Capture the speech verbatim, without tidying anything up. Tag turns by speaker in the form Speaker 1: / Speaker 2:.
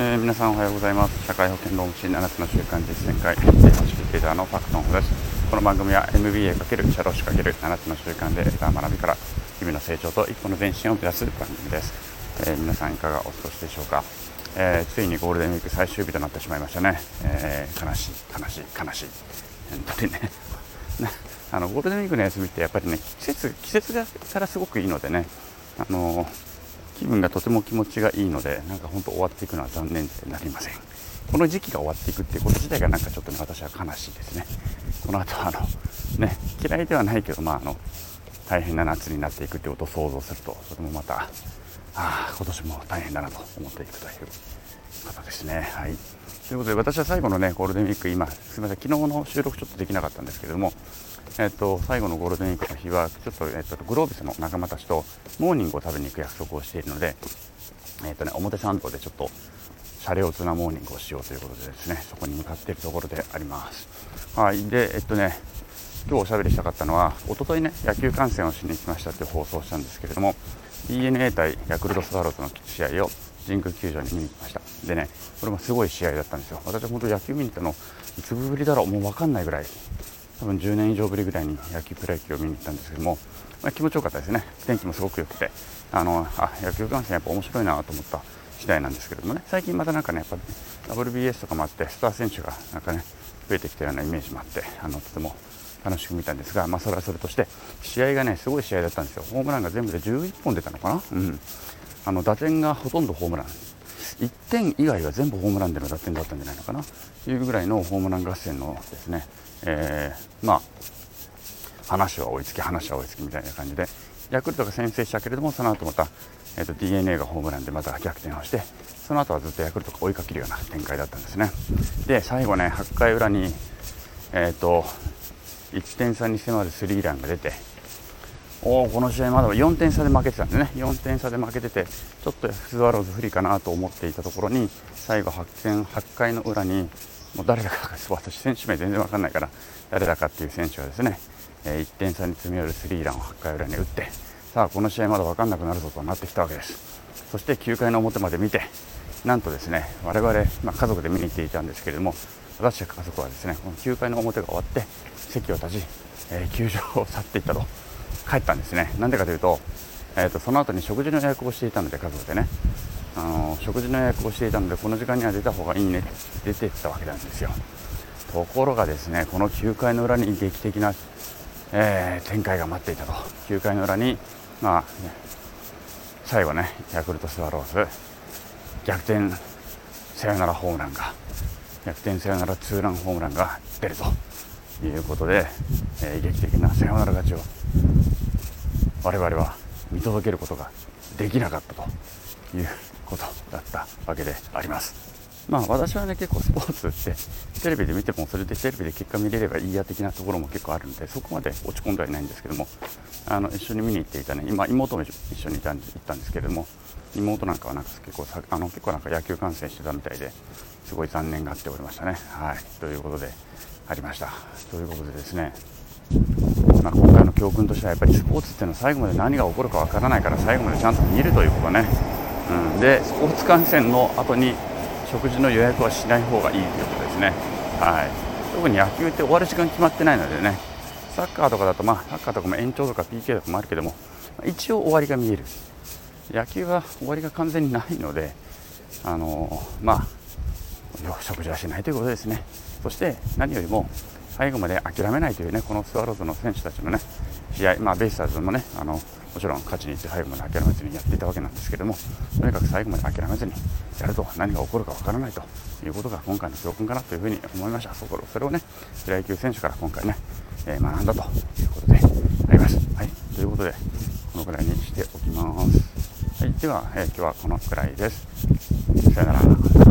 Speaker 1: えー、皆さんおはようございます。社会保険労務士ななつの習慣実践会認定ファシリテーターのパクトンです。この番組は エムビーエー× 社労士 ×ななつの習慣で得た学びから日々の成長と一歩の前進を目指す番組です。えー、皆さんいかがお過ごしでしょうか。えー、ついにゴールデンウィーク最終日となってしまいましたね。えー、悲しい悲しい悲しい本当にねあのゴールデンウィークの休みってやっぱりね季節季節がからすごくいいのでね、あのー気分がとても気持ちがいいので、なんか本当終わっていくのは残念でなりません。この時期が終わっていくっていうこと自体がなんかちょっとね、私は悲しいですね。この後はあのね、嫌いではないけど、まああの大変な夏になっていくっていうことを想像すると、それもまたああ今年も大変だなと思っていくということですね。はい。ということで私は最後のねゴールデンウィーク、今すみません、昨日の収録ちょっとできなかったんですけれども。えっと、最後のゴールデンウィークの日はちょっと、えっと、グロービスの仲間たちとモーニングを食べに行く約束をしているので、えっとね、表参道でちょっとシャレオツなモーニングをしようということでですね、そこに向かっているところであります。はい。で、えっとね、今日おしゃべりしたかったのは、一昨日ね野球観戦をしに行きましたっていう放送をしたんですけれども、 ディーエヌエー 対ヤクルトスワローズの試合を神宮球場に見に行きました。でね、これもすごい試合だったんですよ。私は本当野球見に行ったのいつぶりだろう、もう分かんないぐらい、多分じゅうねん以上ぶりぐらいに野球プロ野球を見に行ったんですけども、まあ、気持ちよかったですね。天気もすごく良くて、あのあ野球観戦やっぱ面白いなと思った次第なんですけれどもね、最近またなんかねやっぱ ダブリュービーエス とかもあってスター選手がなんかね増えてきたようなイメージもあって、あのとても楽しく見たんですが、まあ、それはそれとして試合がねすごい試合だったんですよ。ホームランが全部でじゅういっぽん出たのかな、うん、あの打点がほとんどホームラン、いってん以外は全部ホームランでの打点だったんじゃないのかなというぐらいのホームラン合戦のですね、えー、まあ話は追いつき話は追いつきみたいな感じで、ヤクルトが先制したけれども、その後また、えー、と ディーエヌエー がホームランでまた逆転をして、その後はずっとヤクルトが追いかけるような展開だったんですね。で最後ねはちかい裏に、えー、といってん差に迫るスリーランが出て、おおこの試合まだよんてん差で負けてたんでね、よんてん差で負けててちょっとスワローズ不利かなと思っていたところに、最後はちかいの裏にもう誰だか私選手名全然分かんないから誰だかっていう選手がですね、えー、いってん差に詰め寄るスリーランをはちかい裏に打って、さあこの試合まだ分かんなくなるぞとなってきたわけです。そしてきゅうかいの表まで見て、なんとですね我々、まあ、家族で見に行っていたんですけれども、私たち家族はですねこのきゅうかいの表が終わって席を立ち、えー、球場を去っていったと帰ったんですね。なんでかというと、えー、とその後に食事の予約をしていたので、家族でね、あのー、食事の予約をしていたのでこの時間には出た方がいいねって出ていったわけなんですよ。ところがですね、このきゅうかいの裏に劇的な、えー、展開が待っていたと。きゅうかいの裏に、まあね、最後ねヤクルトスワローズ逆転サヨナラホームランが逆転サヨナラツーランホームランが出るということで、えー、劇的なサヨナラ勝ちを我々は見届けることができなかったということだったわけであります。まあ私はね結構スポーツってテレビで見てもそれでテレビで結果見れればいいや的なところも結構あるので、そこまで落ち込んではいないんですけども、あの一緒に見に行っていたね、今妹も一緒にいたんで行ったんですけれども、妹なんかはなんか結構さあの結構なんか野球観戦してたみたいですごい残念がっておりましたね。はいということでありました。ということでですね、まあ、今回の教訓としてはやっぱりスポーツっていうのは最後まで何が起こるかわからないから、最後までちゃんと見るということね、うん、でスポーツ観戦の後に食事の予約はしない方がいいということですね。はい、特に野球って終わる時間決まってないのでね、サッカーとかだと、まあサッカーとかも延長とか ピーケー とかもあるけども、一応終わりが見える。野球は終わりが完全にないので、あのー、まあ食事はしないということですね。そして何よりも最後まで諦めないというね、このスワローズの選手たちのね試合、まあベイスターズもね、あのもちろん勝ちに行って最後まで諦めずにやっていたわけなんですけども、とにかく最後まで諦めずにやると何が起こるかわからないということが今回の教訓かなというふうに思いました。そこそれをねプロ野球選手から今回ね、えー、学んだということであります。はい、ということでこのくらいにしておきます。はい、では、えー、今日はこのくらいです。さよなら。